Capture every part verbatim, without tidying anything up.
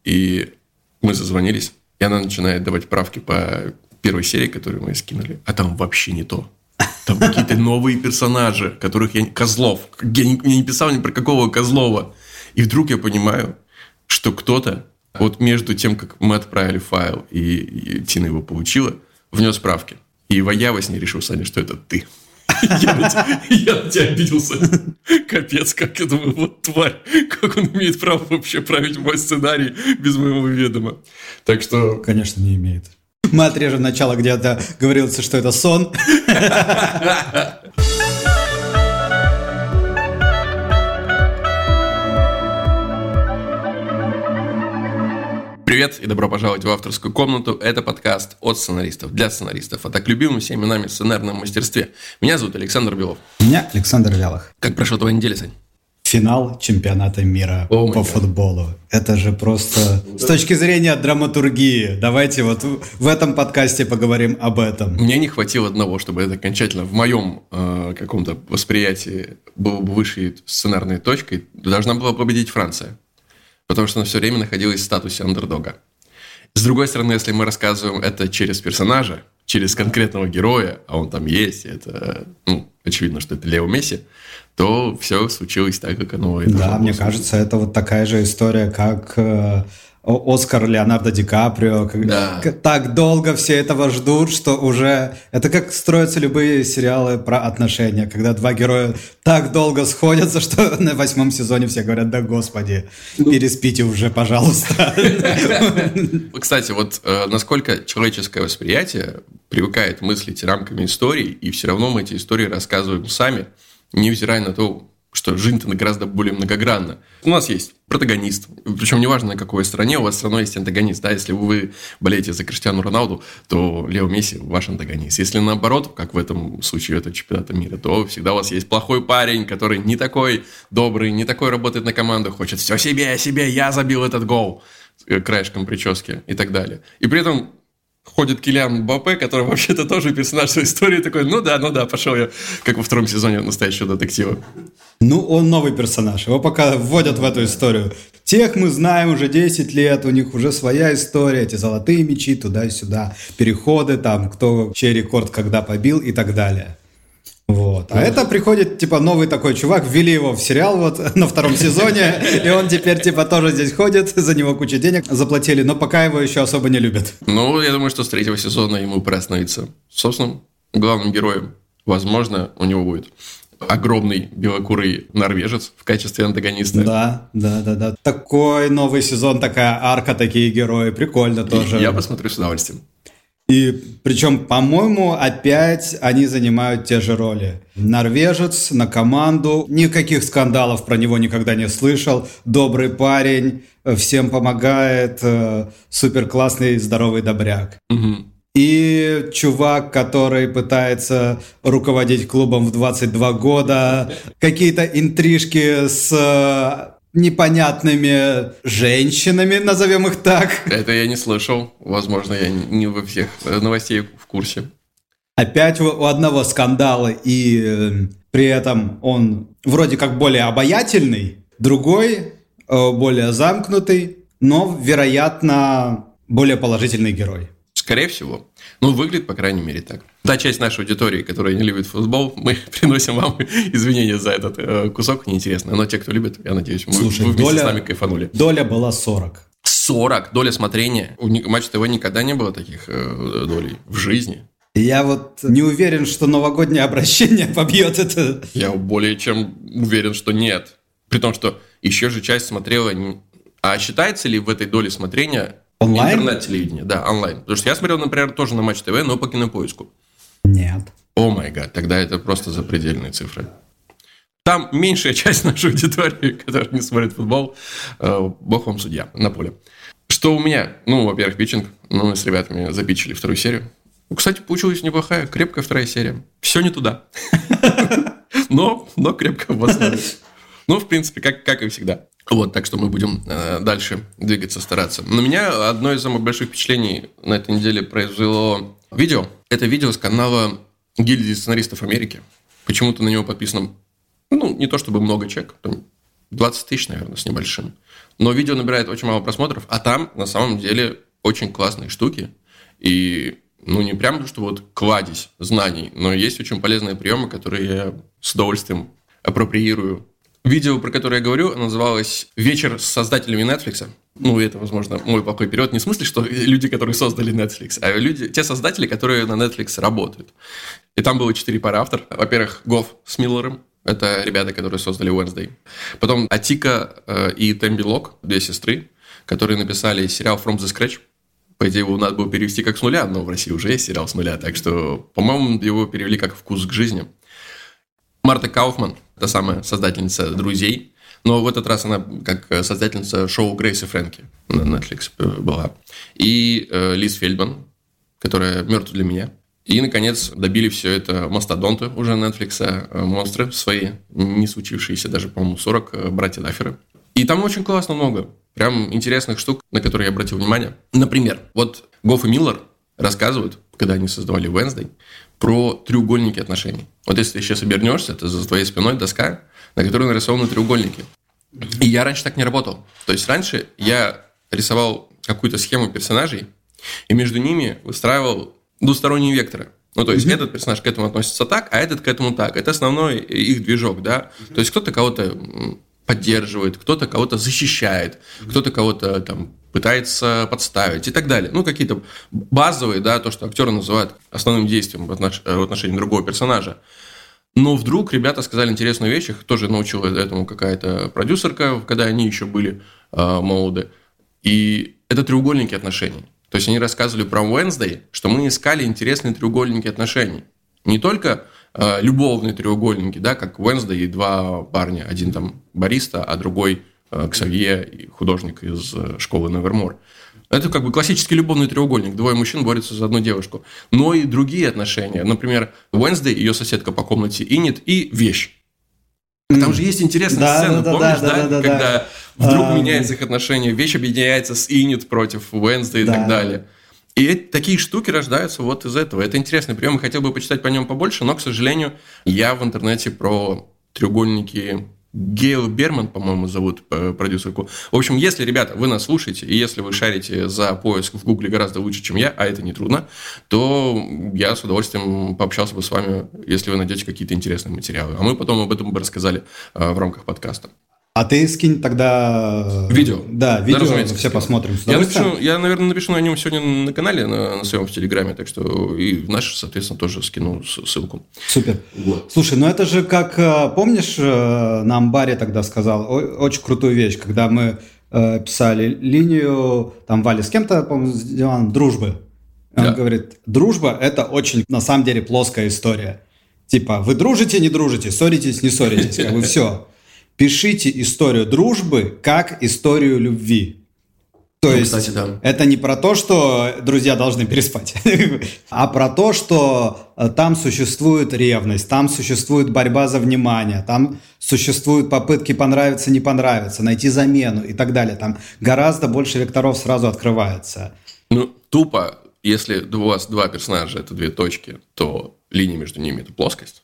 И мы созвонились, и она начинает давать правки по первой серии, которую мы скинули. А там вообще не то. Там какие-то новые персонажи, которых я... Козлов. Я не, я не писал ни про какого Козлова. И вдруг я понимаю, что кто-то вот между тем, как мы отправили файл, и, и Тина его получила, внес справки. И я во сне решил, Саня, что это ты. Я на тебя обиделся. Капец, как я думаю, вот тварь. Как он имеет право вообще править мой сценарий без моего ведома. Так что... Конечно, не имеет. Мы отрежем начало, где-то говорилось, что это сон. Привет и добро пожаловать в авторскую комнату. Это подкаст от сценаристов для сценаристов, а так любимым всеми нами сценарном мастерстве. Меня зовут Александр Белов. Меня Александр Вялых. Как прошла твоя неделя, Сань? Финал чемпионата мира oh по God. футболу. Это же просто с точки зрения драматургии. Давайте вот в этом подкасте поговорим об этом. Мне не хватило одного, чтобы это окончательно в моем э, каком-то восприятии было бы высшей сценарной точкой. Должна была победить Франция. Потому что она все время находилась в статусе андердога. С другой стороны, если мы рассказываем это через персонажа, через конкретного героя, а он там есть, это, ну, очевидно, что это Лео Месси, то все случилось так, как оно и должно было. Да, мне кажется, это вот такая же история, как э, Оскар Леонардо Ди Каприо. Когда да. Так долго все этого ждут, что уже... Это как строятся любые сериалы про отношения, когда два героя так долго сходятся, что на восьмом сезоне все говорят: да господи, переспите уже, пожалуйста. Кстати, вот э, насколько человеческое восприятие привыкает мыслить рамками историй, и все равно мы эти истории рассказываем сами, невзирая на то, что жизнь-то гораздо более многогранна. У нас есть протагонист, причем неважно, на какой стране, у вас все равно есть антагонист. Да? Если вы болеете за Криштиану Роналду, то Лео Месси ваш антагонист. Если наоборот, как в этом случае это чемпионата мира, то всегда у вас есть плохой парень, который не такой добрый, не такой работает на команду, хочет все себе, себе, я забил этот гол краешком прически и так далее. И при этом ходит Килиан Мбаппе, который вообще-то тоже персонаж своей истории, такой: ну да, ну да, пошел я, как во втором сезоне настоящего детектива. Ну, он новый персонаж, его пока вводят в эту историю. Тех мы знаем уже десять лет, у них уже своя история, эти золотые мячи туда и сюда, переходы, там, кто чей рекорд когда побил и так далее. Вот. А это приходит, типа, новый такой чувак, ввели его в сериал вот на втором сезоне, и он теперь, типа, тоже здесь ходит, за него куча денег заплатили, но пока его еще особо не любят. Ну, я думаю, что с третьего сезона ему пора становиться собственным главным героем. Возможно, у него будет огромный белокурый норвежец в качестве антагониста. Да, да, да, да. Такой новый сезон, такая арка, такие герои, прикольно тоже. И я посмотрю с удовольствием. И причем, по-моему, опять они занимают те же роли. Норвежец на команду, никаких скандалов про него никогда не слышал. Добрый парень, всем помогает, супер классный, здоровый добряк. Угу. И чувак, который пытается руководить клубом в двадцать два года, какие-то интрижки с непонятными женщинами, назовем их так. Это я не слышал. Возможно, я не во всех новостей в курсе. Опять у одного скандала, и э, при этом он вроде как более обаятельный, другой э, более замкнутый, но, вероятно, более положительный герой. Скорее всего. Ну, выглядит, по крайней мере, так. Та часть нашей аудитории, которая не любит футбол, мы приносим вам извинения за этот э, кусок неинтересный. Но те, кто любит, я надеюсь, мы, Слушай, вы вместе доля, с нами кайфанули. Доля была сорок. сорок? Доля смотрения? У Матч ТВ никогда не было таких э, долей в жизни. Я вот не уверен, что новогоднее обращение побьет это. Я более чем уверен, что нет. При том, что еще же часть смотрела... А считается ли в этой доле смотрения... Онлайн? Интернет-телевидение, да, онлайн. Потому что я смотрел, например, тоже на Матч ТВ, но по Кинопоиску. Нет. О май гад, тогда это просто запредельные цифры. Там меньшая часть нашей аудитории, которая не смотрит футбол, э, бог вам судья, на поле. Что у меня? Ну, во-первых, питчинг. Ну, мы с ребятами запитчили вторую серию. Кстати, получилась неплохая, крепкая вторая серия. Все не туда. Но, но крепко в основе. Ну, в принципе, как, как и всегда. Вот, так что мы будем э, дальше двигаться, стараться. На меня одно из самых больших впечатлений на этой неделе произвело видео. Это видео с канала Гильдии сценаристов Америки. Почему-то на него подписано, ну, не то чтобы много человек, там двадцать тысяч, наверное, с небольшим. Но видео набирает очень мало просмотров, а там на самом деле очень классные штуки. И, ну, не прям, что вот кладезь знаний, но есть очень полезные приемы, которые я с удовольствием апроприирую. Видео, про которое я говорю, называлось «Вечер с создателями Netflix». Ну, это, возможно, мой плохой перевод. Не в смысле, что люди, которые создали Netflix, а люди, те создатели, которые на Netflix работают. И там было четыре пары авторов. Во-первых, Гофф с Миллером. Это ребята, которые создали Wednesday. Потом Атика э, и Тэмби Лок, две сестры, которые написали сериал From the Scratch. По идее, его надо было перевести как с нуля, но в России уже есть сериал с нуля. Так что, по-моему, его перевели как «Вкус к жизни». Марта Кауфман, та самая создательница «Друзей», но в этот раз она как создательница шоу «Грейс и Фрэнки» на Netflix была. И э, Лиз Фельдман, которая «Мертв для меня». И, наконец, добили все это мастодонты уже Netflix, э, монстры свои, не случившиеся даже, по-моему, сорок, э, братья Дафферы. И там очень классно много, прям интересных штук, на которые я обратил внимание. Например, вот Гофф и Миллер рассказывают, когда они создавали Wednesday, про треугольники отношений. Вот если ты сейчас обернешься, это за твоей спиной доска, на которой нарисованы треугольники. И я раньше так не работал. То есть раньше я рисовал какую-то схему персонажей, и между ними выстраивал двусторонние векторы. Ну, то есть mm-hmm. этот персонаж к этому относится так, а этот к этому так. Это основной их движок, да. Mm-hmm. То есть кто-то кого-то поддерживает, кто-то кого-то защищает, mm-hmm. кто-то кого-то там пытается подставить и так далее. Ну, какие-то базовые, да, то, что актеры называют основным действием в, отнош... в отношении другого персонажа. Но вдруг ребята сказали интересную вещь, их тоже научила этому какая-то продюсерка, когда они еще были э, молоды. И это треугольники отношений. То есть они рассказывали про Wednesday, что мы искали интересные треугольники отношений. Не только э, любовные треугольники, да, как Wednesday и два парня. Один там бариста, а другой э, Ксавье, художник из э, школы Nevermore. Это как бы классический любовный треугольник. Двое мужчин борются за одну девушку. Но и другие отношения. Например, Wednesday, ее соседка по комнате Иннет и вещь. А там же есть интересная да, сцена, да, помнишь, да, да, да, да когда да. вдруг а, меняется их отношение, вещь объединяется с Иннет против Wednesday и да. так далее. И эти, такие штуки рождаются вот из этого. Это интересный прием, я хотел бы почитать по нем побольше, но, к сожалению, я в интернете про треугольники... Гейл Берман, по-моему, зовут продюсерку. В общем, если, ребята, вы нас слушаете, и если вы шарите за поиск в Гугле гораздо лучше, чем я, а это нетрудно, то я с удовольствием пообщался бы с вами, если вы найдете какие-то интересные материалы. А мы потом об этом бы рассказали в рамках подкаста. А ты скинь тогда... Видео. Да, видео, да, все скину. Посмотрим. Я, напишу, я, наверное, напишу о нем сегодня на канале, на, на своем в Телеграме, так что и в наш, соответственно, тоже скину ссылку. Супер. Вот. Слушай, ну это же как, помнишь, на Амбаре тогда сказал очень крутую вещь, когда мы э, писали линию, там Валя с кем-то, по-моему, сделан дружбы. Он да. говорит, дружба – это очень, на самом деле, плоская история. Типа, вы дружите, не дружите, ссоритесь, не ссоритесь, как бы все. Пишите историю дружбы как историю любви. То ну, есть кстати, да. это не про то, что друзья должны переспать, а про то, что там существует ревность, там существует борьба за внимание, там существуют попытки понравиться, не понравиться, найти замену и так далее. Там гораздо больше векторов сразу открывается. Ну, тупо, если у вас два персонажа, это две точки, то линия между ними – это плоскость.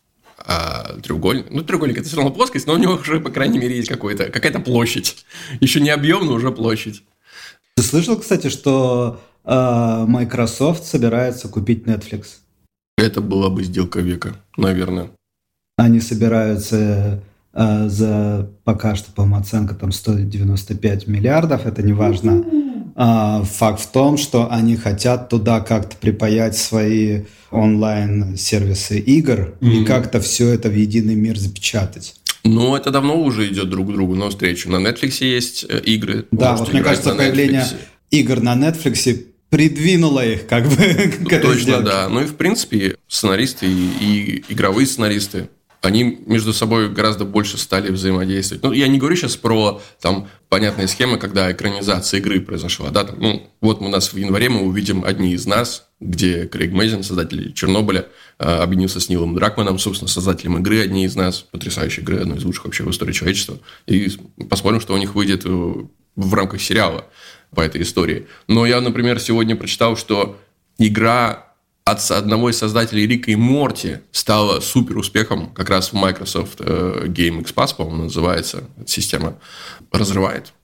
А треугольник, ну треугольник это все равно плоскость, но у него уже, по крайней мере, есть какой-то, какая-то площадь. Еще не объем, но уже площадь. Ты слышал, кстати, что э, Microsoft собирается купить Netflix? Это была бы сделка века, наверное. Они собираются э, за, пока что, по-моему, оценка там сто девяносто пять миллиардов, это не важно. А, факт в том, что они хотят туда как-то припаять свои онлайн-сервисы игр mm-hmm. и как-то все это в единый мир запечатать. Ну, это давно уже идет друг к другу навстречу. На Netflix есть игры. Да, вот мне кажется, появление игр на Netflix придвинуло их как бы к этой Точно, сделке. Да. Ну и, в принципе, сценаристы и, и игровые сценаристы, они между собой гораздо больше стали взаимодействовать. Ну, я не говорю сейчас про там понятные схемы, когда экранизация игры произошла. Да? Там, ну, вот у нас в январе мы увидим «Одни из нас», где Крейг Мэйзин, создатель «Чернобыля», объединился с Нилом Дракманом, собственно, создателем игры «Одни из нас», потрясающей игры, одной из лучших вообще в истории человечества. И посмотрим, что у них выйдет в рамках сериала по этой истории. Но я, например, сегодня прочитал, что игра от одного из создателей Рика и Морти стала супер успехом, как раз в Microsoft Game Express, по-моему, называется эта система, разрывает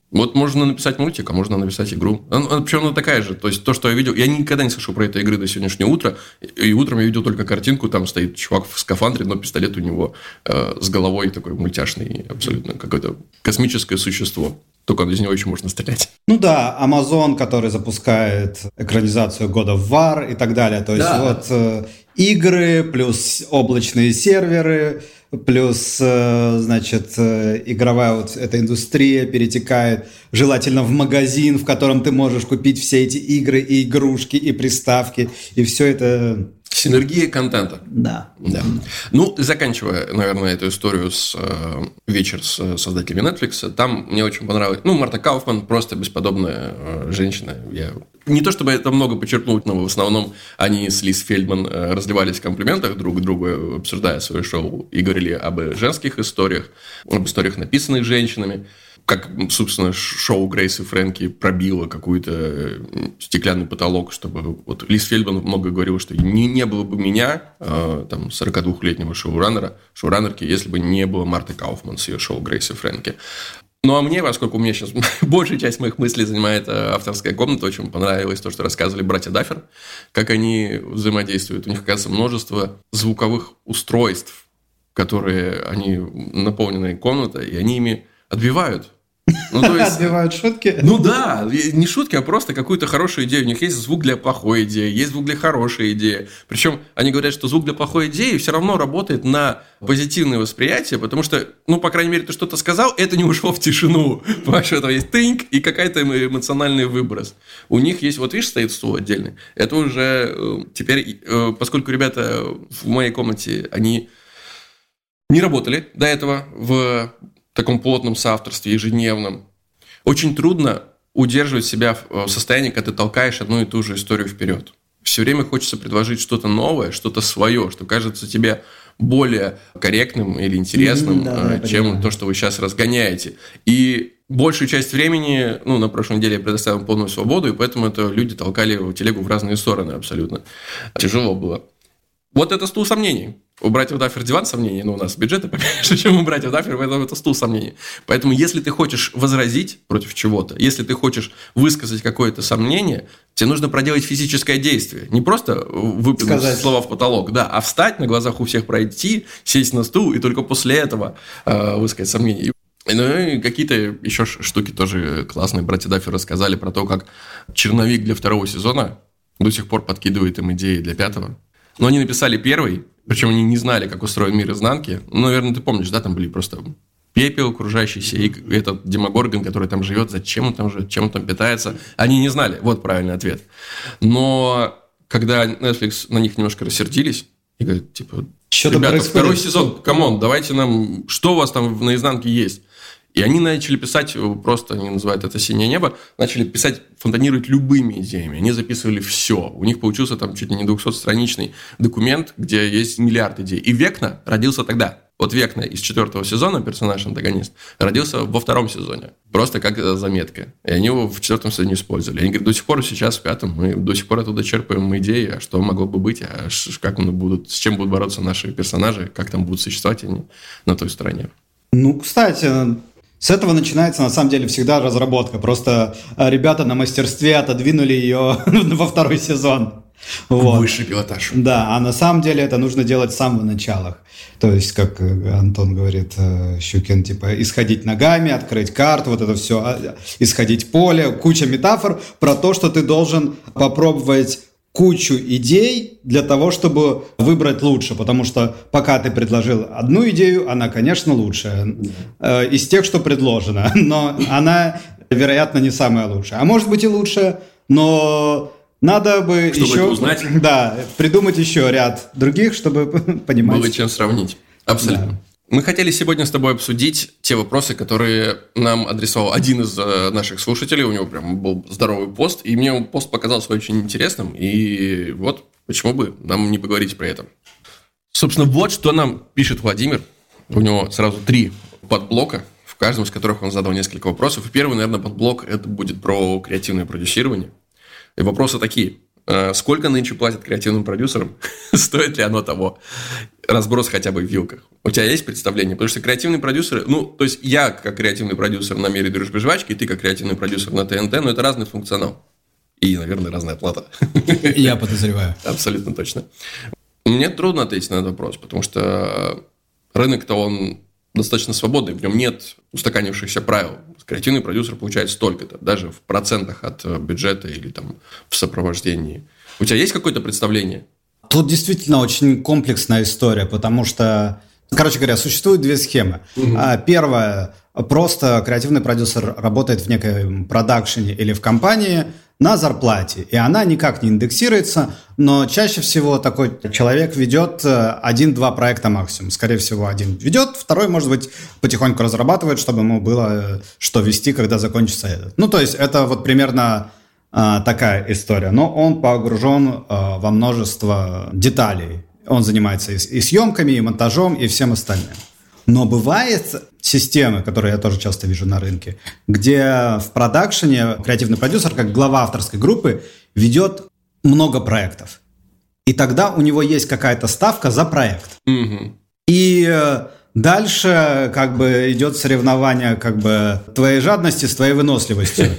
Вот можно написать мультик, а можно написать игру. Причем она такая же. То есть, то, что я видел... Я никогда не слышал про эту игру до сегодняшнего утра. И утром я видел только картинку. Там стоит чувак в скафандре, но пистолет у него э, с головой такой мультяшный. Абсолютно какое-то космическое существо. Только из него еще можно стрелять. Ну да, Amazon, который запускает экранизацию God of War и так далее. То есть, да. вот э, игры плюс облачные серверы... Плюс, значит, игровая вот эта индустрия перетекает желательно в магазин, в котором ты можешь купить все эти игры и игрушки, и приставки, и все это... Синергия контента. Да. да. Ну, заканчивая, наверное, эту историю с э, вечер с создателями Netflix, там мне очень понравилось... Ну, Марта Кауфман просто бесподобная э, женщина. Я... Не то чтобы это много почерпнуть, но в основном они с Лиз Фельдман э, разливались в комплиментах друг к другу, обсуждая свое шоу, и говорили об женских историях, об историях, написанных женщинами. Как, собственно, шоу Грейс и Фрэнки пробило какой-то стеклянный потолок, чтобы... Вот Лиз Фельдман много говорила, что не, не было бы меня, э, там, сорокадвухлетнего шоураннера, шоураннерки, если бы не было Марты Кауфман с ее шоу Грейс и Фрэнки. Ну, а мне, поскольку у меня сейчас большая часть моих мыслей занимает авторская комната, очень понравилось то, что рассказывали братья Даффер, как они взаимодействуют. У них, оказывается, множество звуковых устройств, которые они наполнены комнатой, и они ими отбивают. Ну, то есть, отбивают шутки? Ну да, не шутки, а просто какую-то хорошую идею. У них есть звук для плохой идеи, есть звук для хорошей идеи. Причем они говорят, что звук для плохой идеи все равно работает на позитивное восприятие, потому что, ну, по крайней мере, ты что-то сказал, это не ушло в тишину. Понимаешь, это есть тыньк и какой-то эмоциональный выброс. У них есть, вот видишь, стоит стул отдельный. Это уже теперь, поскольку ребята в моей комнате, они не работали до этого в таком плотном соавторстве, ежедневном, очень трудно удерживать себя в состоянии, когда ты толкаешь одну и ту же историю вперед. Все время хочется предложить что-то новое, что-то свое, что кажется тебе более корректным или интересным, mm-hmm, да, чем да, то, что вы сейчас разгоняете. И большую часть времени, ну, на прошлой неделе я предоставил полную свободу, и поэтому это люди толкали в телегу в разные стороны абсолютно. Тяжело было. Вот это стул сомнений. У братьев Даффер диван сомнений, но у нас бюджета поменьше, чем у братьев Даффер, поэтому это стул сомнений. Поэтому, если ты хочешь возразить против чего-то, если ты хочешь высказать какое-то сомнение, тебе нужно проделать физическое действие. Не просто выплюнуть слова в потолок, да, а встать на глазах у всех, пройти, сесть на стул и только после этого э, высказать сомнение. Ну и какие-то еще штуки тоже классные. Братья Даффер рассказали про то, как черновик для второго сезона до сих пор подкидывает им идеи для пятого. Но они написали первый, причем они не знали, как устроен мир изнанки. Ну, наверное, ты помнишь, да, там были просто пепел кружащийся, и этот Демогоргон, который там живет, зачем он там живет, чем он там питается. Они не знали, вот правильный ответ. Но когда Netflix на них немножко рассердились, и говорят, типа, что-то ребята, происходит. Второй сезон, камон, давайте нам, что у вас там на изнанке есть? И они начали писать, просто они называют это «Синее небо», начали писать, фонтанировать любыми идеями. Они записывали все. У них получился там чуть ли не двухсотстраничный документ, где есть миллиард идей. И Векна родился тогда. Вот Векна из четвертого сезона, персонаж-антагонист, родился во втором сезоне. Просто как заметка. И они его в четвертом сезоне использовали. Они говорят, до сих пор сейчас в пятом мы до сих пор оттуда черпаем идеи, а что могло бы быть, а как они будут, с чем будут бороться наши персонажи, как там будут существовать они на той стороне. Ну, кстати... С этого начинается, на самом деле, всегда разработка. Просто ребята на мастерстве отодвинули ее во второй сезон. Вот. Высший пилотаж. Да, а на самом деле это нужно делать с самого начала. То есть, как Антон говорит, Щукин, типа, исходить ногами, открыть карту, вот это все, исходить поле, куча метафор про то, что ты должен попробовать кучу идей для того, чтобы выбрать лучше, потому что пока ты предложил одну идею, она, конечно, лучшая э, из тех, что предложено, но она, вероятно, не самая лучшая. А может быть и лучшая, но надо бы чтобы еще узнать. Да, придумать еще ряд других, чтобы понимать. Было чем сравнить. Абсолютно. Да. Мы хотели сегодня с тобой обсудить те вопросы, которые нам адресовал один из наших слушателей. У него прям был здоровый пост, и мне пост показался очень интересным. И вот почему бы нам не поговорить про это. Собственно, вот что нам пишет Владимир. У него сразу три подблока, в каждом из которых он задал несколько вопросов. И первый, наверное, подблок – это будет про креативное продюсирование. И вопросы такие. Сколько нынче платят креативным продюсерам? Стоит ли оно того? Разброс хотя бы в вилках. У тебя есть представление? Потому что креативные продюсеры... Ну, то есть я как креативный продюсер на «Мире дружбы жвачки», и ты как креативный продюсер на ТНТ, но это разный функционал. И, наверное, разная плата. Я подозреваю. Абсолютно точно. Мне трудно ответить на этот вопрос, потому что рынок-то он достаточно свободный, в нем нет устаканившихся правил. Креативный продюсер получает столько-то, даже в процентах от бюджета или там в сопровождении. У тебя есть какое-то представление? Тут действительно очень комплексная история, потому что, короче говоря, существуют две схемы. Угу. Первая, просто креативный продюсер работает в некой продакшене или в компании на зарплате, и она никак не индексируется, но чаще всего такой человек ведет один-два проекта максимум. Скорее всего, один ведет, второй, может быть, потихоньку разрабатывает, чтобы ему было что вести, когда закончится этот. Ну, то есть, это вот примерно а, такая история. Но он погружен а, во множество деталей. Он занимается и, и съемками, и монтажом, и всем остальным. Но бывает системы, которые я тоже часто вижу на рынке, где в продакшене креативный продюсер, как глава авторской группы, ведет много проектов. И тогда у него есть какая-то ставка за проект. Mm-hmm. И дальше как бы идет соревнование как бы твоей жадности с твоей выносливостью.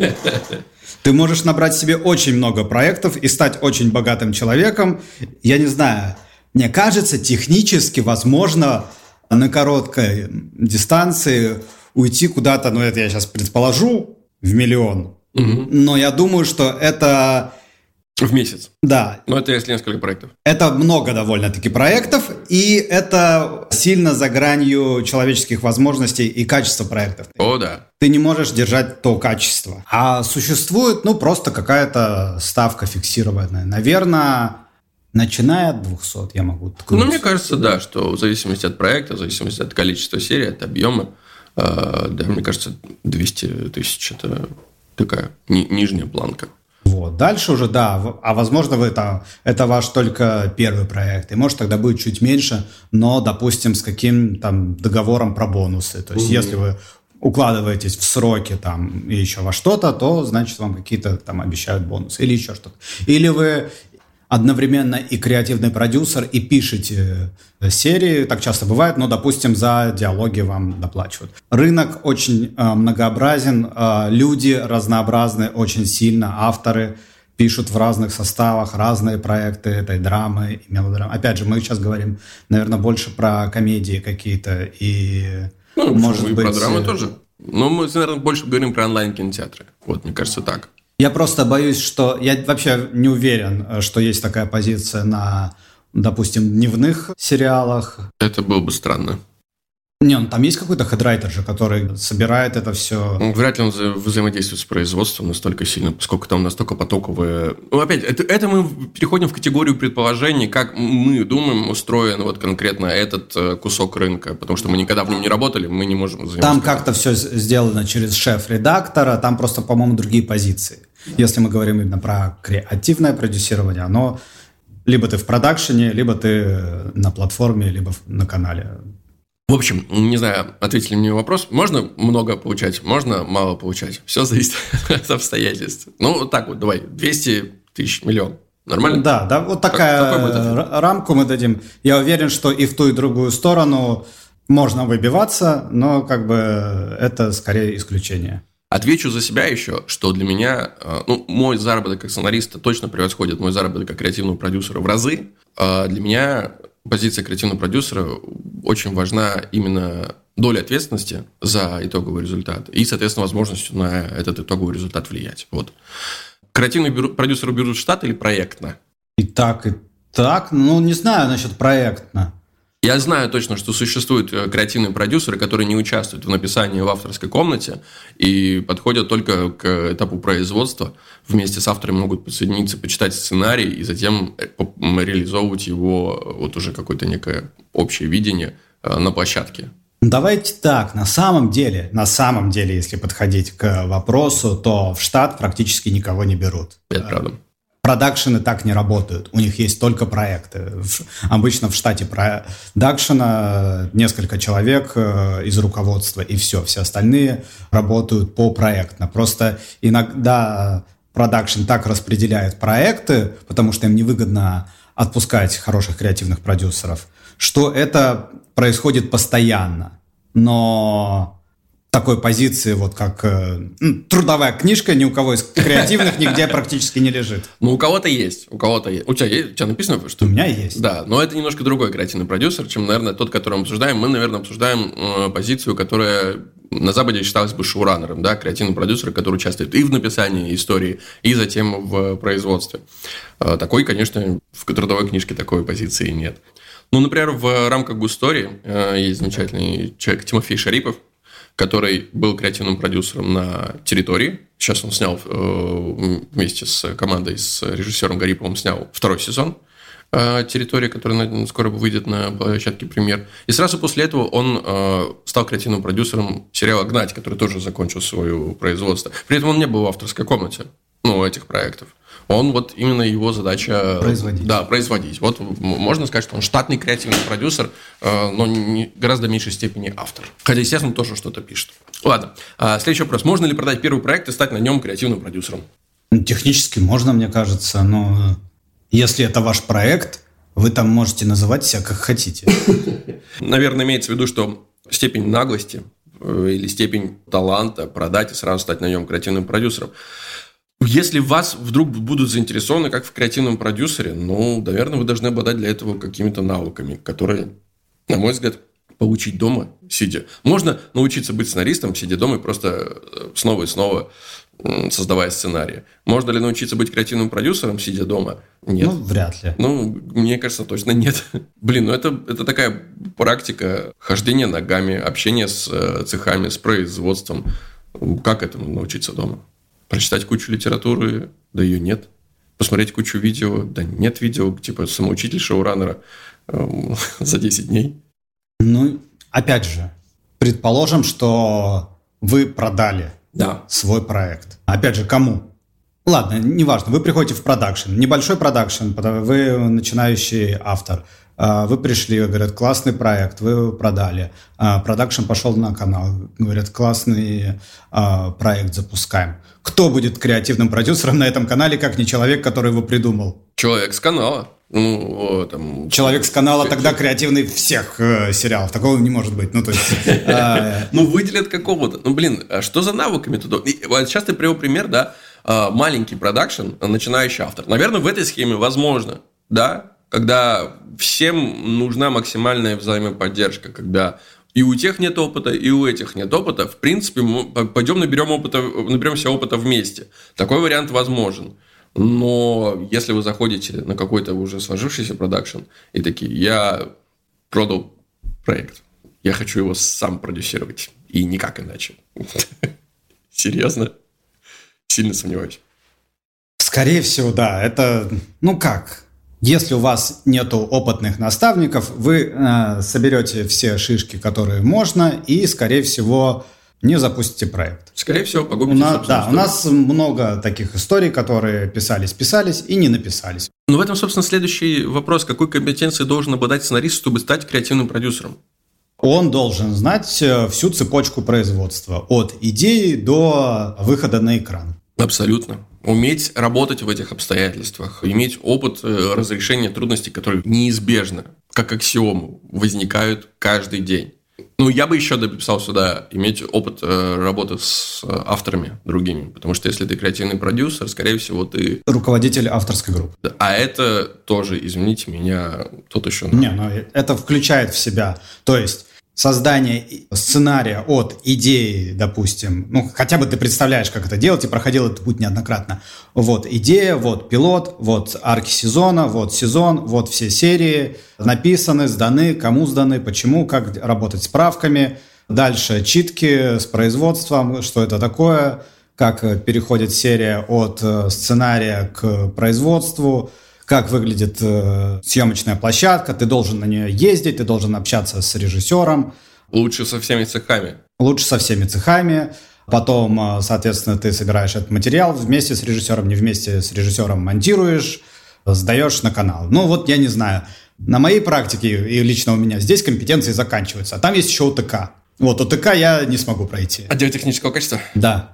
Ты можешь набрать себе очень много проектов и стать очень богатым человеком. Я не знаю, мне кажется, технически возможно на короткой дистанции уйти куда-то, ну это я сейчас предположу, в миллион. Угу. Но я думаю, что это... В месяц? Да. Но это если несколько проектов. Это много довольно-таки проектов, и это сильно за гранью человеческих возможностей и качества проектов. О, да. Ты не можешь держать то качество. А существует, ну, просто какая-то ставка фиксированная. Наверное... Начиная от двухсот, я могу ткнуть. Ну, мне кажется, да, что в зависимости от проекта, в зависимости от количества серий, от объема, э, да, мне кажется, двести тысяч – это такая ни- нижняя планка. Вот. Дальше уже, да, а возможно, вы там, это ваш только первый проект, и может тогда будет чуть меньше, но, допустим, с каким там договором про бонусы. То есть, mm-hmm. если вы укладываетесь в сроки там и еще во что-то, то, значит, вам какие-то там обещают бонусы или еще что-то. Или вы... одновременно и креативный продюсер, и пишете серии, так часто бывает, но, допустим, за диалоги вам доплачивают. Рынок очень э, многообразен, э, люди разнообразны очень сильно, авторы пишут в разных составах разные проекты этой драмы и мелодрамы. Опять же, мы сейчас говорим, наверное, больше про комедии какие-то и, ну, может и быть... про драмы тоже. Но мы, наверное, больше говорим про онлайн-кинотеатры. Вот, мне кажется, так. Я просто боюсь, что... Я вообще не уверен, что есть такая позиция на, допустим, дневных сериалах. Это было бы странно. Не, ну там есть какой-то хедрайтер же, который собирает это все. Ну, вряд ли он вза- взаимодействует с производством настолько сильно, поскольку там настолько потоковые... Ну, опять, это, это мы переходим в категорию предположений, как мы думаем, устроен вот конкретно этот кусок рынка, потому что мы никогда в нем не работали, мы не можем заниматься. Там как-то все сделано через шеф-редактора, там просто, по-моему, другие позиции. Если мы говорим именно про креативное продюсирование, оно либо ты в продакшене, либо ты на платформе, либо на канале. В общем, не знаю, ответили мне на вопрос. Можно много получать, можно мало получать. Все зависит от обстоятельств. Ну, вот так вот, давай, двести тысяч, миллион. Нормально? Да, да, вот такая рамку мы дадим. Я уверен, что и в ту, и в другую сторону можно выбиваться, но как бы это скорее исключение. Отвечу за себя еще, что для меня, ну, мой заработок как сценариста точно превосходит мой заработок как креативного продюсера в разы. Для меня позиция креативного продюсера очень важна именно долей ответственности за итоговый результат и, соответственно, возможностью на этот итоговый результат влиять. Вот. Креативный продюсер берут в штат или проектно? И так, и так. Ну, не знаю насчет проектно. Я знаю точно, что существуют креативные продюсеры, которые не участвуют в написании в авторской комнате и подходят только к этапу производства. Вместе с автором могут подсоединиться, почитать сценарий и затем реализовывать его, вот уже какое-то некое общее видение на площадке. Давайте так, на самом деле, на самом деле, если подходить к вопросу, то в штат практически никого не берут. Это правда. Продакшены так не работают, у них есть только проекты. Обычно в штате продакшена несколько человек из руководства и все. Все остальные работают по проектно. Просто иногда продакшн так распределяет проекты, потому что им невыгодно отпускать хороших креативных продюсеров, что это происходит постоянно. Но такой позиции, вот как ну, трудовая книжка, ни у кого из креативных нигде практически не лежит. Ну, у кого-то есть, у кого-то есть. У тебя есть? У тебя написано, что... У меня есть. Да, но это немножко другой креативный продюсер, чем, наверное, тот, который мы обсуждаем. Мы, наверное, обсуждаем э, позицию, которая на Западе считалась бы шоураннером, да, креативный продюсер, который участвует и в написании истории, и затем в производстве. Э, такой, конечно, в трудовой книжке такой позиции нет. Ну, например, в рамках Густори э, есть замечательный человек Тимофей Шарипов, который был креативным продюсером на «Территории». Сейчас он снял э, вместе с командой, с режиссером Гариповым, снял второй сезон э, «Территории», который на, скоро выйдет на площадке «Премьер». И сразу после этого он э, стал креативным продюсером сериала «Гнать», который тоже закончил свое производство. При этом он не был в авторской комнате, ну, этих проектов. Он вот именно его задача... Производить. Да, производить. Вот можно сказать, что он штатный креативный продюсер, но не, гораздо в меньшей степени автор. Хотя, естественно, тоже что-то пишет. Ладно. Следующий вопрос. Можно ли продать первый проект и стать на нем креативным продюсером? Технически можно, мне кажется, но если это ваш проект, вы там можете называть себя как хотите. Наверное, имеется в виду, что степень наглости или степень таланта продать и сразу стать на нем креативным продюсером. Если вас вдруг будут заинтересованы как в креативном продюсере, ну, наверное, вы должны обладать для этого какими-то навыками, которые, на мой взгляд, получить дома, сидя. Можно научиться быть сценаристом, сидя дома и просто снова и снова создавая сценарии. Можно ли научиться быть креативным продюсером, сидя дома? Нет. Ну, вряд ли. Ну, мне кажется, точно нет. Блин, ну это, это такая практика хождения ногами, общения с цехами, с производством. Как этому научиться дома? Прочитать кучу литературы, да ее нет. Посмотреть кучу видео, да нет видео, типа самоучитель шоураннера э, за десять дней. Ну, опять же, предположим, что вы продали да. свой проект. Опять же, кому? Ладно, неважно, вы приходите в продакшн, небольшой продакшн, вы начинающий автор. Вы пришли, говорят, классный проект, вы его продали. Продакшн пошел на канал, говорят, классный проект запускаем. Кто будет креативным продюсером на этом канале, как не человек, который его придумал? Человек с канала. Ну, там... Человек с канала тогда креативный всех э, сериалов. Такого не может быть. Ну, то есть... Ну, выделят какого-то. Ну, блин, а что за навыками туда? Сейчас ты привел пример, да, маленький продакшн, начинающий автор. Наверное, в этой схеме возможно, да, когда всем нужна максимальная взаимоподдержка, когда и у тех нет опыта, и у этих нет опыта, в принципе, мы пойдем наберем опыта, наберемся опыта вместе. Такой вариант возможен. Но если вы заходите на какой-то уже сложившийся продакшн и такие, я продал проект, я хочу его сам продюсировать, и никак иначе. Серьезно? Сильно сомневаюсь. Скорее всего, да. Это, ну как... Если у вас нету опытных наставников, вы э, соберете все шишки, которые можно, и, скорее всего, не запустите проект. Скорее всего, погубите собственную Да, историю. У нас много таких историй, которые писались-писались и не написались. Ну, в этом, собственно, следующий вопрос. Какой компетенции должен обладать сценарист, чтобы стать креативным продюсером? Он должен знать всю цепочку производства, от идеи до выхода на экран. Абсолютно. Уметь работать в этих обстоятельствах, иметь опыт разрешения трудностей, которые неизбежно, как аксиому, возникают каждый день. Ну, я бы еще дописал сюда иметь опыт работы с авторами другими, потому что если ты креативный продюсер, скорее всего, ты... Руководитель авторской группы. А это тоже, извините меня, тот еще... Не, ну это включает в себя, то есть... Создание сценария от идеи, допустим, ну, хотя бы ты представляешь, как это делать, и проходил этот путь неоднократно. Вот идея, вот пилот, вот арки сезона, вот сезон, вот все серии написаны, сданы, кому сданы, почему, как работать с правками. Дальше читки с производством, что это такое, как переходит серия от сценария к производству, как выглядит э, съемочная площадка, ты должен на нее ездить, ты должен общаться с режиссером. Лучше со всеми цехами. Лучше со всеми цехами. Потом, соответственно, ты собираешь этот материал вместе с режиссером, не вместе с режиссером монтируешь, сдаешь на канал. Ну вот, я не знаю, на моей практике, и лично у меня, здесь компетенции заканчиваются. А там есть еще ОТК. Вот, ОТК я не смогу пройти. Отдел технического качества? Да.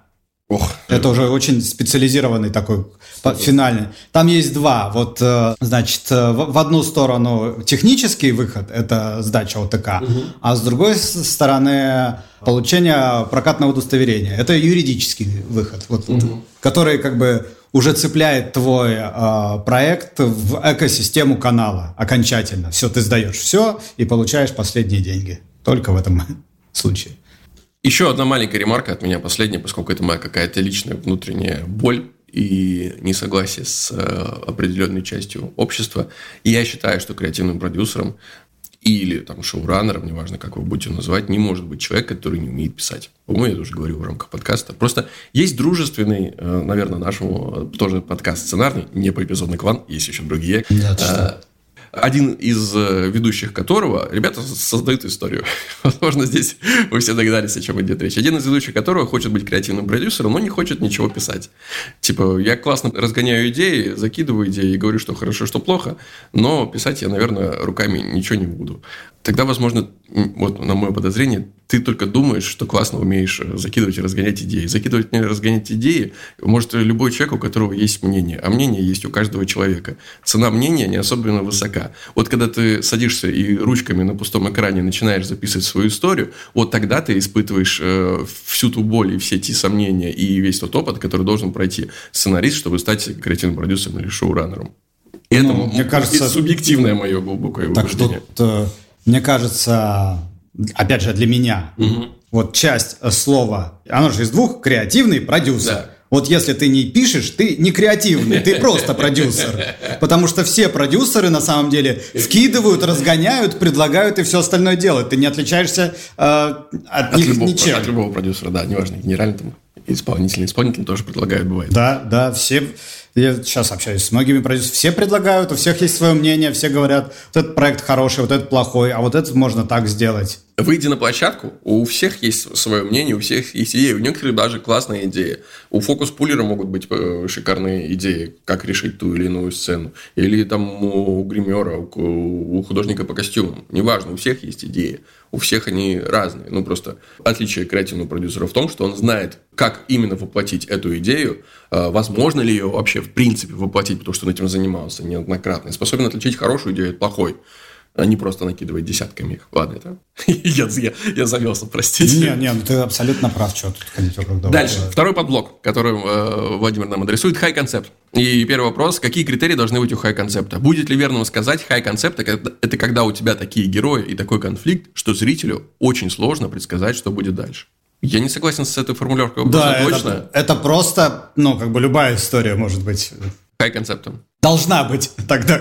Ох. Это уже очень специализированный такой финальный. Там есть два. Вот, значит, в одну сторону технический выход, это сдача ОТК, угу. а с другой стороны получение прокатного удостоверения. Это юридический выход, вот, угу. который как бы уже цепляет твой э, проект в экосистему канала окончательно. Все, ты сдаешь все и получаешь последние деньги. Только в этом случае. Еще одна маленькая ремарка от меня, последняя, поскольку это моя какая-то личная внутренняя боль и несогласие с э, определенной частью общества. И я считаю, что креативным продюсером или там шоураннером, неважно, как вы будете называть, не может быть человек, который не умеет писать. По-моему, я тоже говорю в рамках подкаста. Просто есть дружественный, э, наверное, нашему тоже подкаст сценарный, не по эпизодный клан, есть еще другие. Да, один из ведущих которого, ребята создают историю. Возможно, здесь вы все догадались, о чем идет речь. Один из ведущих которого хочет быть креативным продюсером, но не хочет ничего писать. Типа, я классно разгоняю идеи, закидываю идеи и говорю, что хорошо, что плохо, но писать я, наверное, руками ничего не буду. Тогда, возможно, вот на мое подозрение, ты только думаешь, что классно умеешь закидывать и разгонять идеи. Закидывать и разгонять идеи может любой человек, у которого есть мнение. А мнение есть у каждого человека. Цена мнения не особенно высока. Вот когда ты садишься и ручками на пустом экране начинаешь записывать свою историю, вот тогда ты испытываешь э, всю ту боль и все те сомнения и весь тот опыт, который должен пройти сценарист, чтобы стать креативным продюсером или шоураннером. И ну, это, мне кажется, субъективное мое глубокое так убеждение. Тут, мне кажется, опять же, для меня, угу. вот часть слова, оно же из двух, креативный продюсер. Да. Вот если ты не пишешь, ты не креативный, ты просто продюсер. Потому что все продюсеры на самом деле вкидывают, разгоняют, предлагают и все остальное делают. Ты не отличаешься э, от, от них любого, ничем. От любого продюсера, да, неважно, генеральный там, исполнительный, исполнитель тоже предлагают, бывает. Да, да, все... Я сейчас общаюсь с многими продюсерами. Все предлагают, у всех есть свое мнение, все говорят, вот этот проект хороший, вот этот плохой, а вот этот можно так сделать. Выйдя на площадку, у всех есть свое мнение, у всех есть идеи, у некоторых даже классные идеи. У фокус-пулера могут быть шикарные идеи, как решить ту или иную сцену. Или там у гримера, у художника по костюмам. Неважно, у всех есть идеи. У всех они разные. Ну, просто отличие креативного продюсера в том, что он знает, как именно воплотить эту идею, возможно ли ее вообще в принципе воплотить, потому что он этим занимался неоднократно. И способен отличить хорошую идею от плохой, а не просто накидывать десятками их. Ладно, это я, я, я завелся, простите. Не, не, ты абсолютно прав, что тут ходить вокруг да. Дальше, второй подблок, который э, Владимир нам адресует, хай-концепт. И первый вопрос, какие критерии должны быть у хай-концепта? Будет ли верным сказать, хай-концепт – это когда у тебя такие герои и такой конфликт, что зрителю очень сложно предсказать, что будет дальше. Я не согласен с этой формулировкой вопроса, да, точно. Это, это просто, ну, как бы любая история может быть... Хай-концептом. Должна быть тогда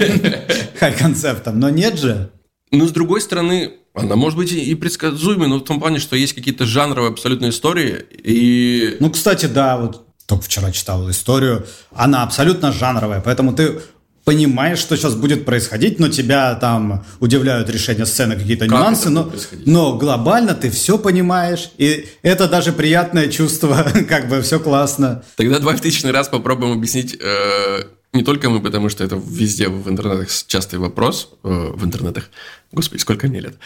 хай-концептом, но нет же. Ну, с другой стороны, она может быть и предсказуемой, но в том плане, что есть какие-то жанровые абсолютно истории. И... Ну, кстати, да, вот только вчера читал историю, она абсолютно жанровая, поэтому ты понимаешь, что сейчас будет происходить, но тебя там удивляют решения сцены, какие-то как нюансы, но, но глобально ты все понимаешь, и это даже приятное чувство, как бы все классно. Тогда давай в тысячный раз попробуем объяснить, э, не только мы, потому что это везде в интернетах частый вопрос, э, в интернетах, господи, сколько мне лет,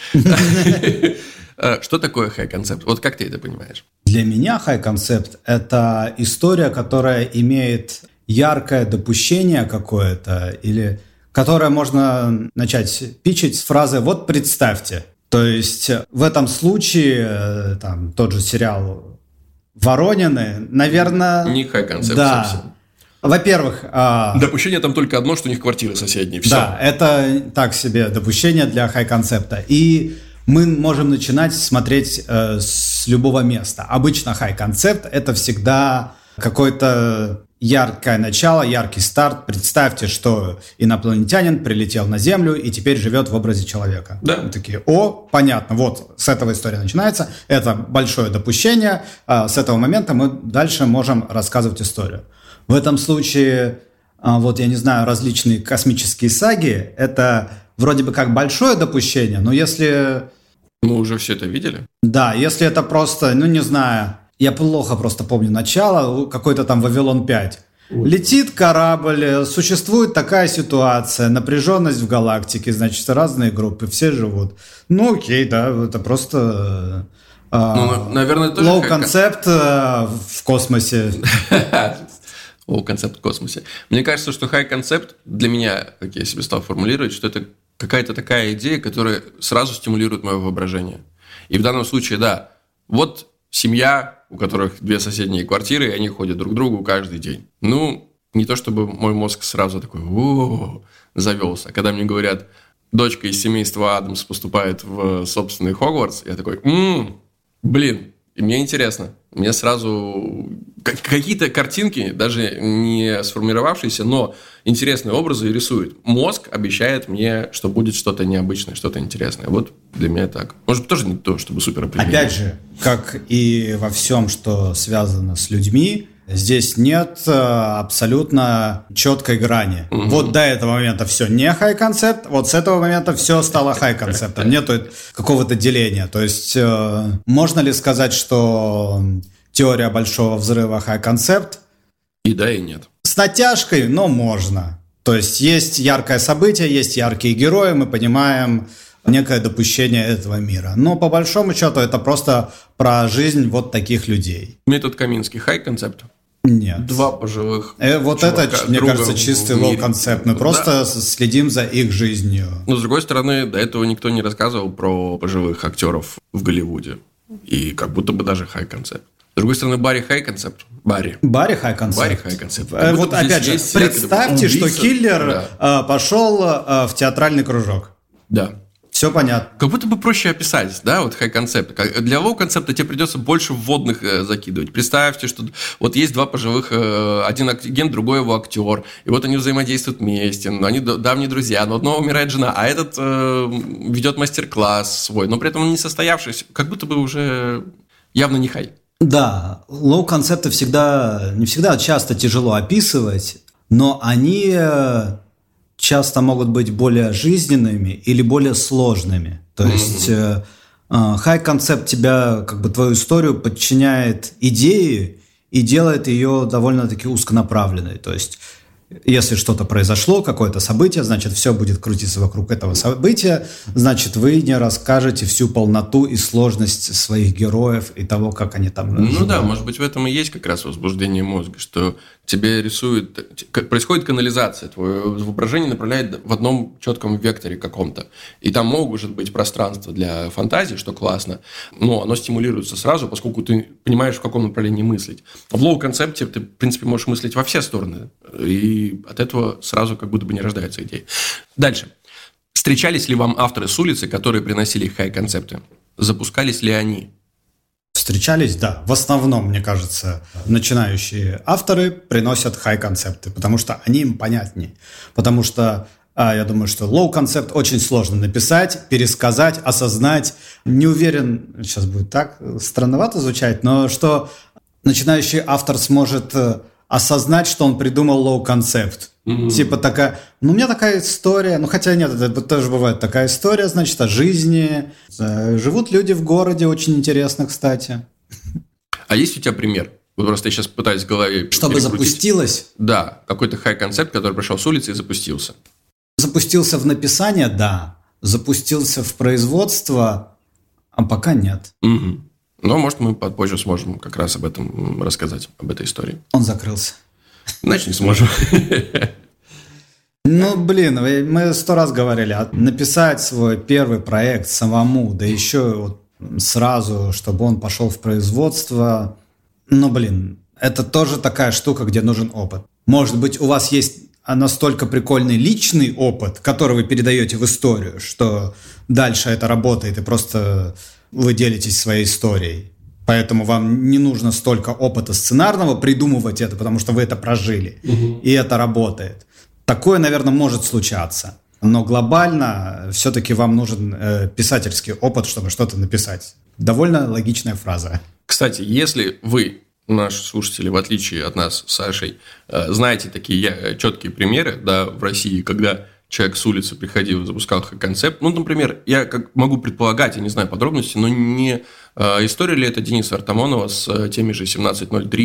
что такое хай-концепт? Вот как ты это понимаешь? Для меня хай-концепт – это история, которая имеет... яркое допущение какое-то, или которое можно начать питчить с фразы «вот представьте». То есть в этом случае там, тот же сериал «Воронины», наверное... Не хай-концепт да. совсем. Во-первых... Допущение там только одно, что у них квартиры соседние. Все. Да, это так себе допущение для хай-концепта. И мы можем начинать смотреть э, с любого места. Обычно хай-концепт – это всегда какой-то... яркое начало, яркий старт. Представьте, что инопланетянин прилетел на Землю и теперь живет в образе человека. Да. Мы такие, о, понятно, вот с этого история начинается. Это большое допущение. А с этого момента мы дальше можем рассказывать историю. В этом случае, вот я не знаю, различные космические саги, это вроде бы как большое допущение, но если... Мы уже все это видели? Да, если это просто, ну не знаю... Я плохо просто помню начало, какой-то там «Вавилон пять». Ой. Летит корабль, существует такая ситуация, напряженность в галактике, значит, разные группы, все живут. Ну, окей, да, это просто Ну, наверное, тоже... Лоу-концепт в космосе. Лоу-концепт в космосе. Мне кажется, что хай-концепт для меня, как я себе стал формулировать, что это какая-то такая идея, которая сразу стимулирует мое воображение. И в данном случае, да, вот семья, у которых две соседние квартиры, и они ходят друг к другу каждый день. Ну, не то чтобы мой мозг сразу такой о-о-о, завелся. Когда мне говорят, дочка из семейства Адамс поступает в собственный Хогвартс, я такой, м-м, блин, и мне интересно. Мне сразу какие-то картинки, даже не сформировавшиеся, но интересные образы рисует. Мозг обещает мне, что будет что-то необычное, что-то интересное. Вот для меня так. Может, тоже не то, чтобы супер определенно. Опять же, как и во всем, что связано с людьми, здесь нет абсолютно четкой грани. Угу. Вот до этого момента все не хай-концепт, вот с этого момента все стало хай-концептом. Нету какого-то деления. То есть, э, можно ли сказать, что теория большого взрыва хай-концепт? И да, и нет. С натяжкой, но можно. То есть, есть яркое событие, есть яркие герои, мы понимаем некое допущение этого мира. Но по большому счету это просто про жизнь вот таких людей. Метод Каминский хай-концепт? Нет. Два пожилых э, Вот это, мне кажется, чистый лоу-концепт. Мы да. просто следим за их жизнью. Но, с другой стороны, до этого никто не рассказывал про пожилых актеров в Голливуде. И как будто бы даже хай-концепт. С другой стороны, Барри хай-концепт. Барри. Барри хай-концепт. Барри хай-концепт. Э, вот опять же, представьте, убийца, что киллер да. э, пошел э, в театральный кружок. Да. Все понятно. Как будто бы проще описать, да, вот хай-концепт. Для лоу-концепта тебе придется больше вводных э, закидывать. Представьте, что вот есть два пожилых, э, один агент, другой его актер, и вот они взаимодействуют вместе, они давние друзья, но одного умирает жена, а этот э, ведет мастер-класс свой, но при этом он не состоявшийся, как будто бы уже явно не хай. Да, лоу-концепты всегда, не всегда, часто тяжело описывать, но они... часто могут быть более жизненными или более сложными. То mm-hmm. есть э, э, хай-концепт тебя, как бы твою историю подчиняет идее и делает ее довольно-таки узконаправленной. То есть если что-то произошло, какое-то событие, значит, все будет крутиться вокруг этого события, значит, вы не расскажете всю полноту и сложность своих героев и того, как они там... Ну живут. Да, может быть, в этом и есть как раз возбуждение мозга, что тебе рисует... Происходит канализация, твое воображение направляет в одном четком векторе каком-то. И там может быть пространство для фантазии, что классно, но оно стимулируется сразу, поскольку ты понимаешь, в каком направлении мыслить. В лоу-концепте ты, в принципе, можешь мыслить во все стороны. И И от этого сразу как будто бы не рождаются идеи. Дальше. Встречались ли вам авторы с улицы, которые приносили хай-концепты? Запускались ли они? Встречались, да. В основном, мне кажется, начинающие авторы приносят хай-концепты, потому что они им понятнее. Потому что а, я думаю, что лоу-концепт очень сложно написать, пересказать, осознать. Не уверен, сейчас будет так странновато звучать, но что начинающий автор сможет... осознать, что он придумал лоу-концепт. Mm-hmm. Типа такая, ну, у меня такая история, ну, хотя нет, это тоже бывает такая история, значит, о жизни. Живут люди в городе, очень интересно, кстати. А есть у тебя пример? Вот просто я сейчас пытаюсь в голове Чтобы запустилось? Да, какой-то хай-концепт, который пришел с улицы и запустился. Запустился в написание, да. Запустился в производство, а пока нет. Угу. Но, может, мы попозже сможем как раз об этом рассказать, об этой истории. Он закрылся. Значит, не сможем. Ну, блин, мы сто раз говорили, написать свой первый проект самому, да еще вот сразу, чтобы он пошел в производство. Ну, блин, это тоже такая штука, где нужен опыт. Может быть, у вас есть настолько прикольный личный опыт, который вы передаете в историю, что дальше это работает и просто... вы делитесь своей историей. Поэтому вам не нужно столько опыта сценарного придумывать это, потому что вы это прожили. Угу. И это работает. Такое, наверное, может случаться. Но глобально все-таки вам нужен э, писательский опыт, чтобы что-то написать. Довольно логичная фраза. Кстати, если вы, наши слушатели, в отличие от нас с Сашей, э, знаете такие четкие примеры, да, в России, когда... человек с улицы приходил и запускал концепт. Ну, например, я как могу предполагать, я не знаю подробностей, но не э, история ли это Дениса Артамонова с э, теми же семнадцать ноль три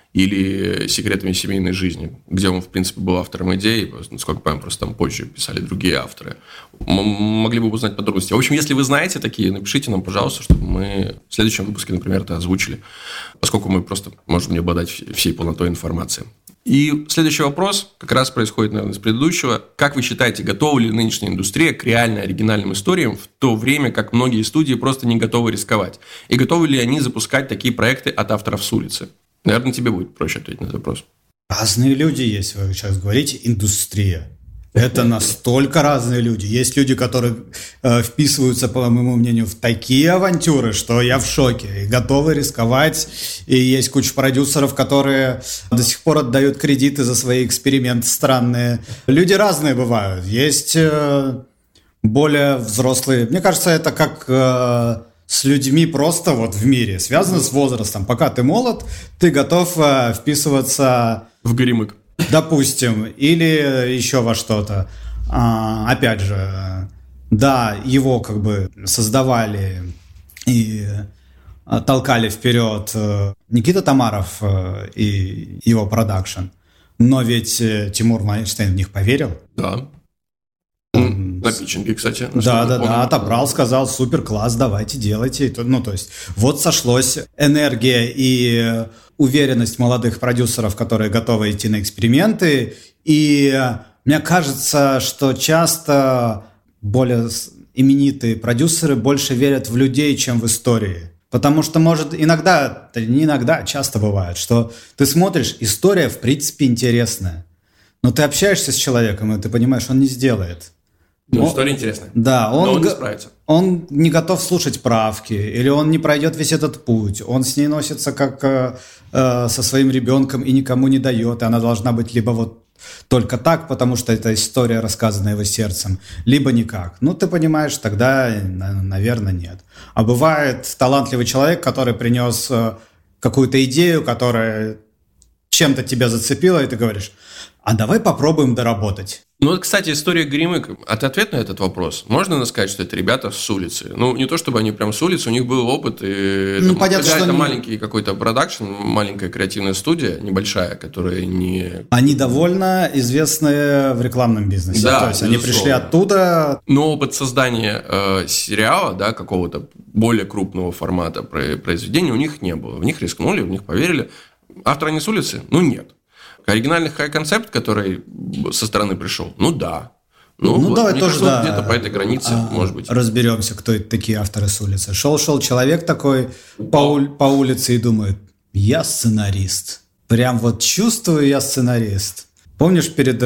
или «Секретами семейной жизни», где он, в принципе, был автором идеи, насколько я понимаю, просто там позже писали другие авторы. Мы могли бы узнать подробности. В общем, если вы знаете такие, напишите нам, пожалуйста, чтобы мы в следующем выпуске, например, это озвучили, поскольку мы просто можем не обладать всей полнотой информации. И следующий вопрос как раз происходит, наверное, с предыдущего. Как вы считаете, готова ли нынешняя индустрия к реально оригинальным историям в то время, как многие студии просто не готовы рисковать? И готовы ли они запускать такие проекты от авторов с улицы? Наверное, тебе будет проще ответить на этот вопрос. Разные люди есть, вы сейчас говорите, индустрия. Это настолько разные люди. Есть люди, которые э, вписываются, по моему мнению, в такие авантюры, что я в шоке, и готовы рисковать. И есть куча продюсеров, которые до сих пор отдают кредиты за свои эксперименты странные. Люди разные бывают. Есть э, более взрослые. Мне кажется, это как э, с людьми просто вот в мире. Связано с возрастом. Пока ты молод, ты готов э, вписываться... В горемык. Допустим, или еще во что-то. А, опять же, да, его как бы создавали и толкали вперед Никита Тамаров и его продакшн. Но ведь Тимур Майнштейн в них поверил. Да. Он, на питчинге, кстати. Да, да, да, отобрал, сказал, супер, класс, давайте, делайте. Ну, то есть, вот сошлось энергия и уверенность молодых продюсеров, которые готовы идти на эксперименты. И мне кажется, что часто более именитые продюсеры больше верят в людей, чем в истории. Потому что, может, иногда, не иногда, часто бывает, что ты смотришь, история, в принципе, интересная. Но ты общаешься с человеком, и ты понимаешь, он не сделает. Ну, он, история интересная. Да, он, но он не справится. Он не готов слушать правки, или он не пройдет весь этот путь. Он с ней носится как э, э, со своим ребенком и никому не дает. И она должна быть либо вот только так, потому что это история, рассказанная его сердцем, либо никак. Ну, ты понимаешь, тогда, наверное, нет. А бывает талантливый человек, который принес э, какую-то идею, которая чем-то тебя зацепила, и ты говоришь, а давай попробуем доработать. Ну, вот, кстати, история Горемыка. А ты ответ на этот вопрос? Можно сказать, что это ребята с улицы? Ну, не то, чтобы они прям с улицы, у них был опыт. И ну, это, понятно, что это они... маленький какой-то продакшн, маленькая креативная студия, небольшая, которая не... Они довольно известные в рекламном бизнесе. Да, то есть они безусловно. пришли оттуда. Но опыт создания э, сериала, да, какого-то более крупного формата произведения у них не было. В них рискнули, в них поверили. Авторы не с улицы? Ну, нет. Оригинальный хай-концепт, который со стороны пришел, ну да. Ну, ну вот, давай мне тоже, кажется, да. где-то по этой границе, а, может быть. Разберемся, кто это такие авторы с улицы. Шел-шел человек такой по, ули- по улице и думает, я сценарист. Прям вот чувствую, я сценарист. Помнишь, перед,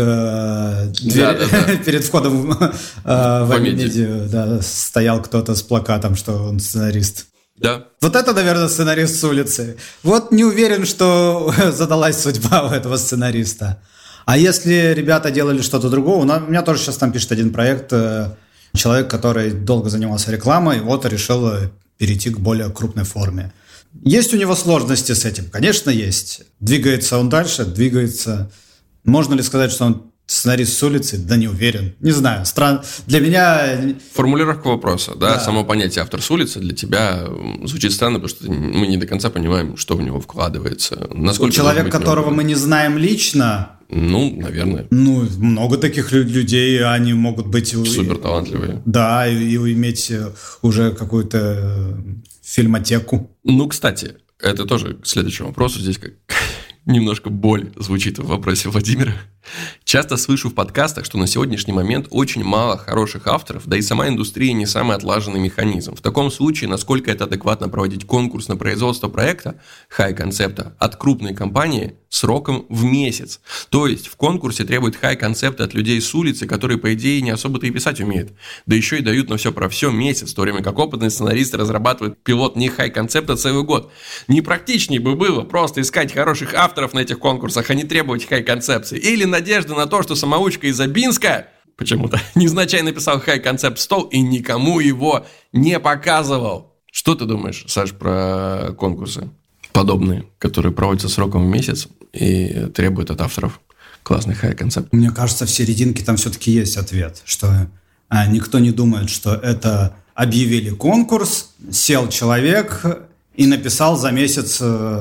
э, дверь, да, да, да. перед входом э, в Амедию да, стоял кто-то с плакатом, что он сценарист? Да. Вот это, наверное, сценарист с улицы. Вот не уверен, что задалась судьба у этого сценариста. А если ребята делали что-то другое, у меня тоже сейчас там пишет один проект, человек, который долго занимался рекламой, вот решил перейти к более крупной форме. Есть у него сложности с этим? Конечно, есть. Двигается он дальше, двигается. Можно ли сказать, что он сценарист с улицы? Да не уверен. Не знаю. Стран... Для меня... Формулировка вопроса, да? да. Само понятие автор с улицы для тебя звучит странно, потому что мы не до конца понимаем, что в него вкладывается. Насколько человек, которого мы не знаем лично... Ну, наверное. Ну, много таких людей, они могут быть... Супер талантливые. Да, и, и иметь уже какую-то фильмотеку. Ну, кстати, это тоже к следующему вопросу. Здесь как... Немножко боль звучит в вопросе Владимира. Часто слышу в подкастах, что на сегодняшний момент очень мало хороших авторов, да и сама индустрия не самый отлаженный механизм. В таком случае, насколько это адекватно проводить конкурс на производство проекта хай-концепта от крупной компании сроком в месяц? То есть в конкурсе требуют хай-концепта от людей с улицы, которые, по идее, не особо-то и писать умеют. Да еще и дают на все про все месяц, в то время как опытные сценаристы разрабатывают пилот не хай-концепта целый год. Не практичнее бы было просто искать хороших авторов на этих конкурсах, а не требовать хай-концепции. Или надежда на то, что самоучка из Абинска почему-то невзначай написал хай-концепт в стол и никому его не показывал. Что ты думаешь, Саш, про конкурсы подобные, которые проводятся сроком в месяц и требуют от авторов классный хай-концепт? Мне кажется, в серединке там все-таки есть ответ, что а, никто не думает, что это объявили конкурс, сел человек и написал за месяц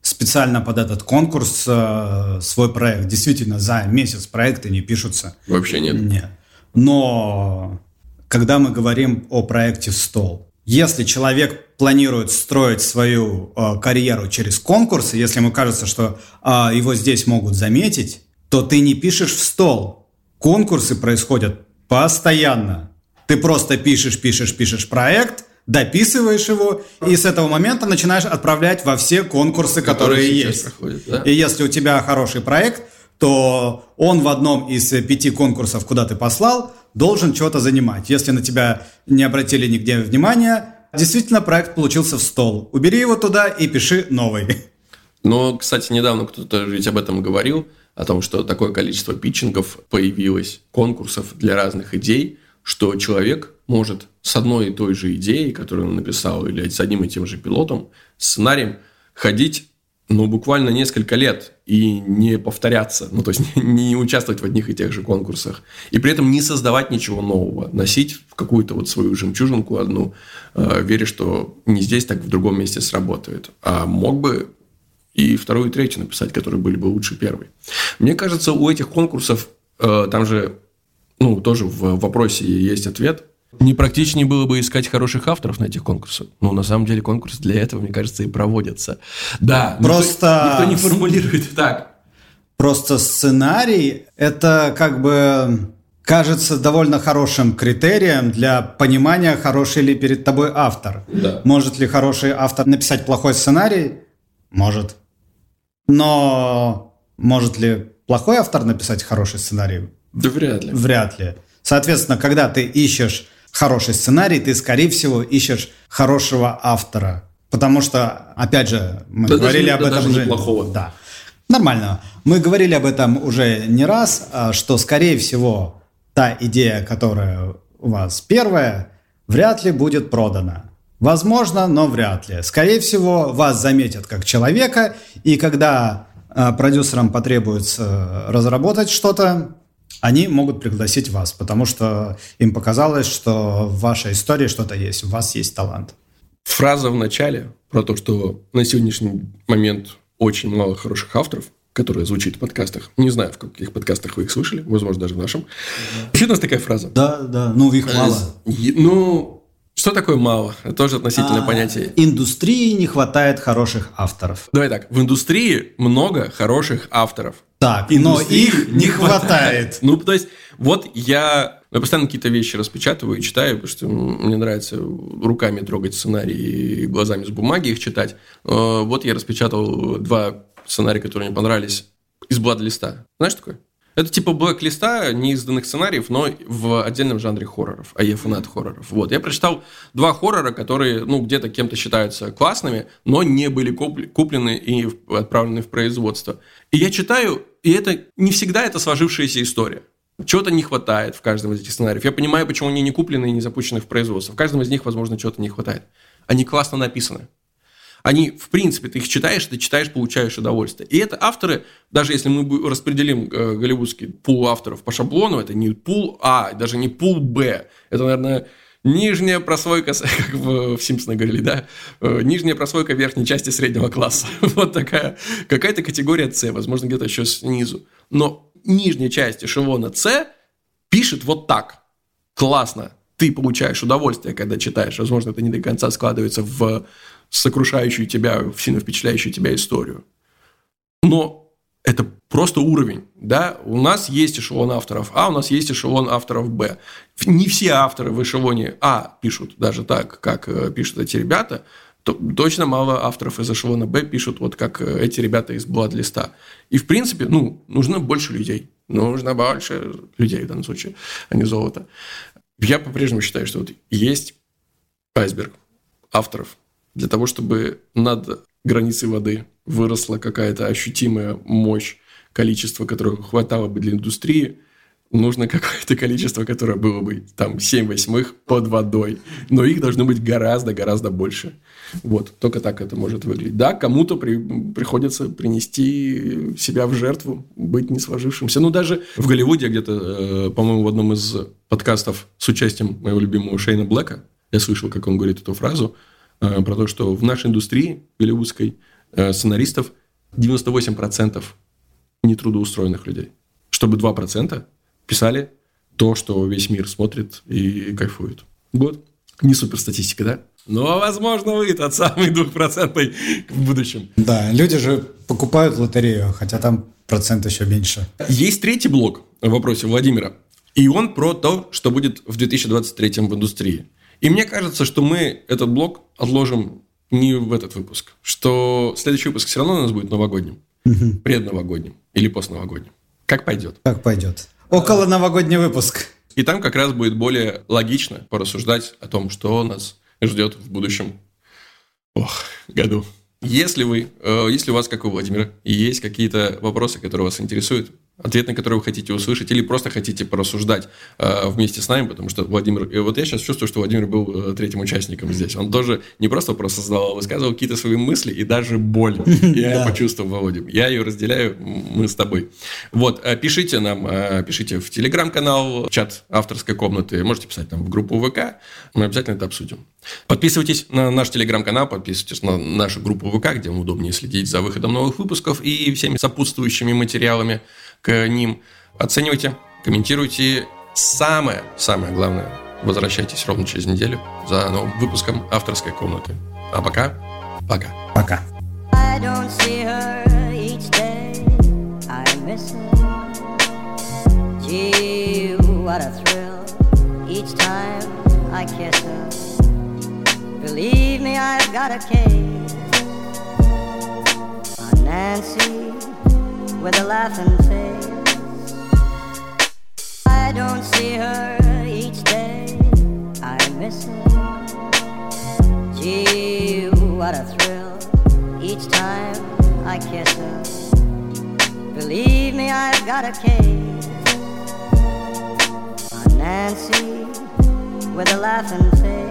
специально под этот конкурс э, свой проект. Действительно, за месяц проекты не пишутся. Вообще нет. Нет. Но когда мы говорим о проекте в стол, если человек планирует строить свою э, карьеру через конкурсы, если ему кажется, что э, его здесь могут заметить, то ты не пишешь в стол. Конкурсы происходят постоянно. Ты просто пишешь, пишешь, пишешь проект, дописываешь его, и с этого момента начинаешь отправлять во все конкурсы, которые, которые есть. Проходят, да? И если у тебя хороший проект, то он в одном из пяти конкурсов, куда ты послал, должен чего-то занимать. Если на тебя не обратили нигде внимания, действительно проект получился в стол. Убери его туда и пиши новый. Но, кстати, недавно кто-то ведь об этом говорил, о том, что такое количество питчингов появилось, конкурсов для разных идей, что человек может с одной и той же идеей, которую он написал, или с одним и тем же пилотом, сценарием, ходить, ну, буквально несколько лет и не повторяться, ну, то есть не участвовать в одних и тех же конкурсах, и при этом не создавать ничего нового, носить в какую-то вот свою жемчужинку одну, э, веря, что не здесь, так в другом месте сработает, а мог бы и вторую, и третью написать, которые были бы лучше первой. Мне кажется, у этих конкурсов, э, там же, ну, тоже в вопросе есть ответ. Не практичнее было бы искать хороших авторов на этих конкурсах. Ну, на самом деле, конкурсы для этого, мне кажется, и проводятся. Да, просто... никто, никто не формулирует так. Просто сценарий – это как бы кажется довольно хорошим критерием для понимания, хороший ли перед тобой автор. Да. Может ли хороший автор написать плохой сценарий? Может. Но может ли плохой автор написать хороший сценарий? Да вряд ли. Вряд ли. Соответственно, когда ты ищешь хороший сценарий, ты, скорее всего, ищешь хорошего автора. Потому что, опять же, мы да говорили даже, об да этом даже уже. Неплохого. Да. Нормально. Мы говорили об этом уже не раз, что, скорее всего, та идея, которая у вас первая, вряд ли будет продана. Возможно, но вряд ли. Скорее всего, вас заметят как человека, и когда э, продюсерам потребуется разработать что-то, они могут пригласить вас, потому что им показалось, что в вашей истории что-то есть, у вас есть талант. Фраза в начале про то, что на сегодняшний момент очень мало хороших авторов, которая звучит в подкастах. Не знаю, в каких подкастах вы их слышали, возможно, даже в нашем. Вообще у нас такая фраза. Да, да, ну их мало. Ну... Что такое мало? Это тоже относительное а, понятие. Индустрии не хватает хороших авторов. Давай так. В индустрии много хороших авторов. Так, но их не хватает. хватает. Ну, то есть, вот я, я постоянно какие-то вещи распечатываю и читаю, потому что мне нравится руками трогать сценарии и глазами с бумаги их читать. Вот я распечатал два сценария, которые мне понравились, из блэк-листа. Знаешь, что такое? Это типа блэк-листа неизданных сценариев, но в отдельном жанре хорроров, а я фанат хорроров. Вот, я прочитал два хоррора, которые, ну, где-то кем-то считаются классными, но не были куплены и отправлены в производство. И я читаю, и это не всегда это сложившаяся история. Чего-то не хватает в каждом из этих сценариев. Я понимаю, почему они не куплены и не запущены в производство. В каждом из них, возможно, чего-то не хватает. Они классно написаны. Они, в принципе, ты их читаешь, ты читаешь, получаешь удовольствие. И это авторы, даже если мы распределим э, голливудский пул авторов по шаблону, это не пул А, даже не пул Б. Это, наверное, нижняя прослойка, как в, в «Симпсонах» говорили, да? Э, нижняя прослойка верхней части среднего класса. Вот такая. Какая-то категория С, возможно, где-то еще снизу. Но нижняя часть эшелона С пишет вот так. Классно. Ты получаешь удовольствие, когда читаешь. Возможно, это не до конца складывается в сокрушающую тебя, сильно впечатляющую тебя историю. Но это просто уровень. Да? У нас есть эшелон авторов А, у нас есть эшелон авторов Б. Не все авторы в эшелоне А пишут даже так, как пишут эти ребята. То, точно мало авторов из эшелона Б пишут вот как эти ребята из блэк-листа. И, в принципе, ну, нужно больше людей. Нужно больше людей в данном случае, а не золото. Я по-прежнему считаю, что вот есть айсберг авторов. Для того, чтобы над границей воды выросла какая-то ощутимая мощь, количество, которого хватало бы для индустрии, нужно какое-то количество, которое было бы там семь восьмых под водой. Но их должно быть гораздо-гораздо больше. Вот, только так это может выглядеть. Да, кому-то при, приходится принести себя в жертву, быть не сложившимся. Ну, даже в Голливуде где-то, э, по-моему, в одном из подкастов с участием моего любимого Шейна Блэка, я слышал, как он говорит эту фразу, про то, что в нашей индустрии голливудской э, сценаристов девяносто восемь процентов нетрудоустроенных людей. Чтобы два процента писали то, что весь мир смотрит и кайфует. Вот. Не супер статистика, да? Но, возможно, вы тот самый двухпроцентный в будущем. Да, люди же покупают лотерею, хотя там процент еще меньше. Есть третий блок в вопросе Владимира. И он про то, что будет в две тысячи двадцать третьем в индустрии. И мне кажется, что мы этот блок отложим не в этот выпуск. Что следующий выпуск все равно у нас будет новогодним. Угу. Предновогодним или постновогодним. Как пойдет. Как пойдет. Около новогодний выпуск. И там как раз будет более логично порассуждать о том, что нас ждет в будущем ох, году. Если вы, э, если у вас, как у Владимира, есть какие-то вопросы, которые вас интересуют, ответ на которые вы хотите услышать, или просто хотите порассуждать э, вместе с нами, потому что Владимир... И вот я сейчас чувствую, что Владимир был э, третьим участником здесь. Он тоже не просто вопрос создавал, а высказывал какие-то свои мысли и даже боль. Я ее почувствовал, Володя. Я ее разделяю, мы с тобой. Вот, пишите нам, пишите в Телеграм-канал, чат авторской комнаты, можете писать нам в группу ВК, мы обязательно это обсудим. Подписывайтесь на наш Телеграм-канал, подписывайтесь на нашу группу ВК, где вам удобнее следить за выходом новых выпусков и всеми сопутствующими материалами к ним. Оценивайте, комментируйте. Самое, самое главное, возвращайтесь ровно через неделю за новым выпуском авторской комнаты. А пока, пока. Пока. I don't see her each day. I miss her. Gee, what a thrill each time I kiss her. Believe me, I've got a case on Nancy with a laughing face. I don't see her each day. I miss her. Gee, what a thrill each time I kiss her. Believe me, I've got a case on Nancy with a laughing face.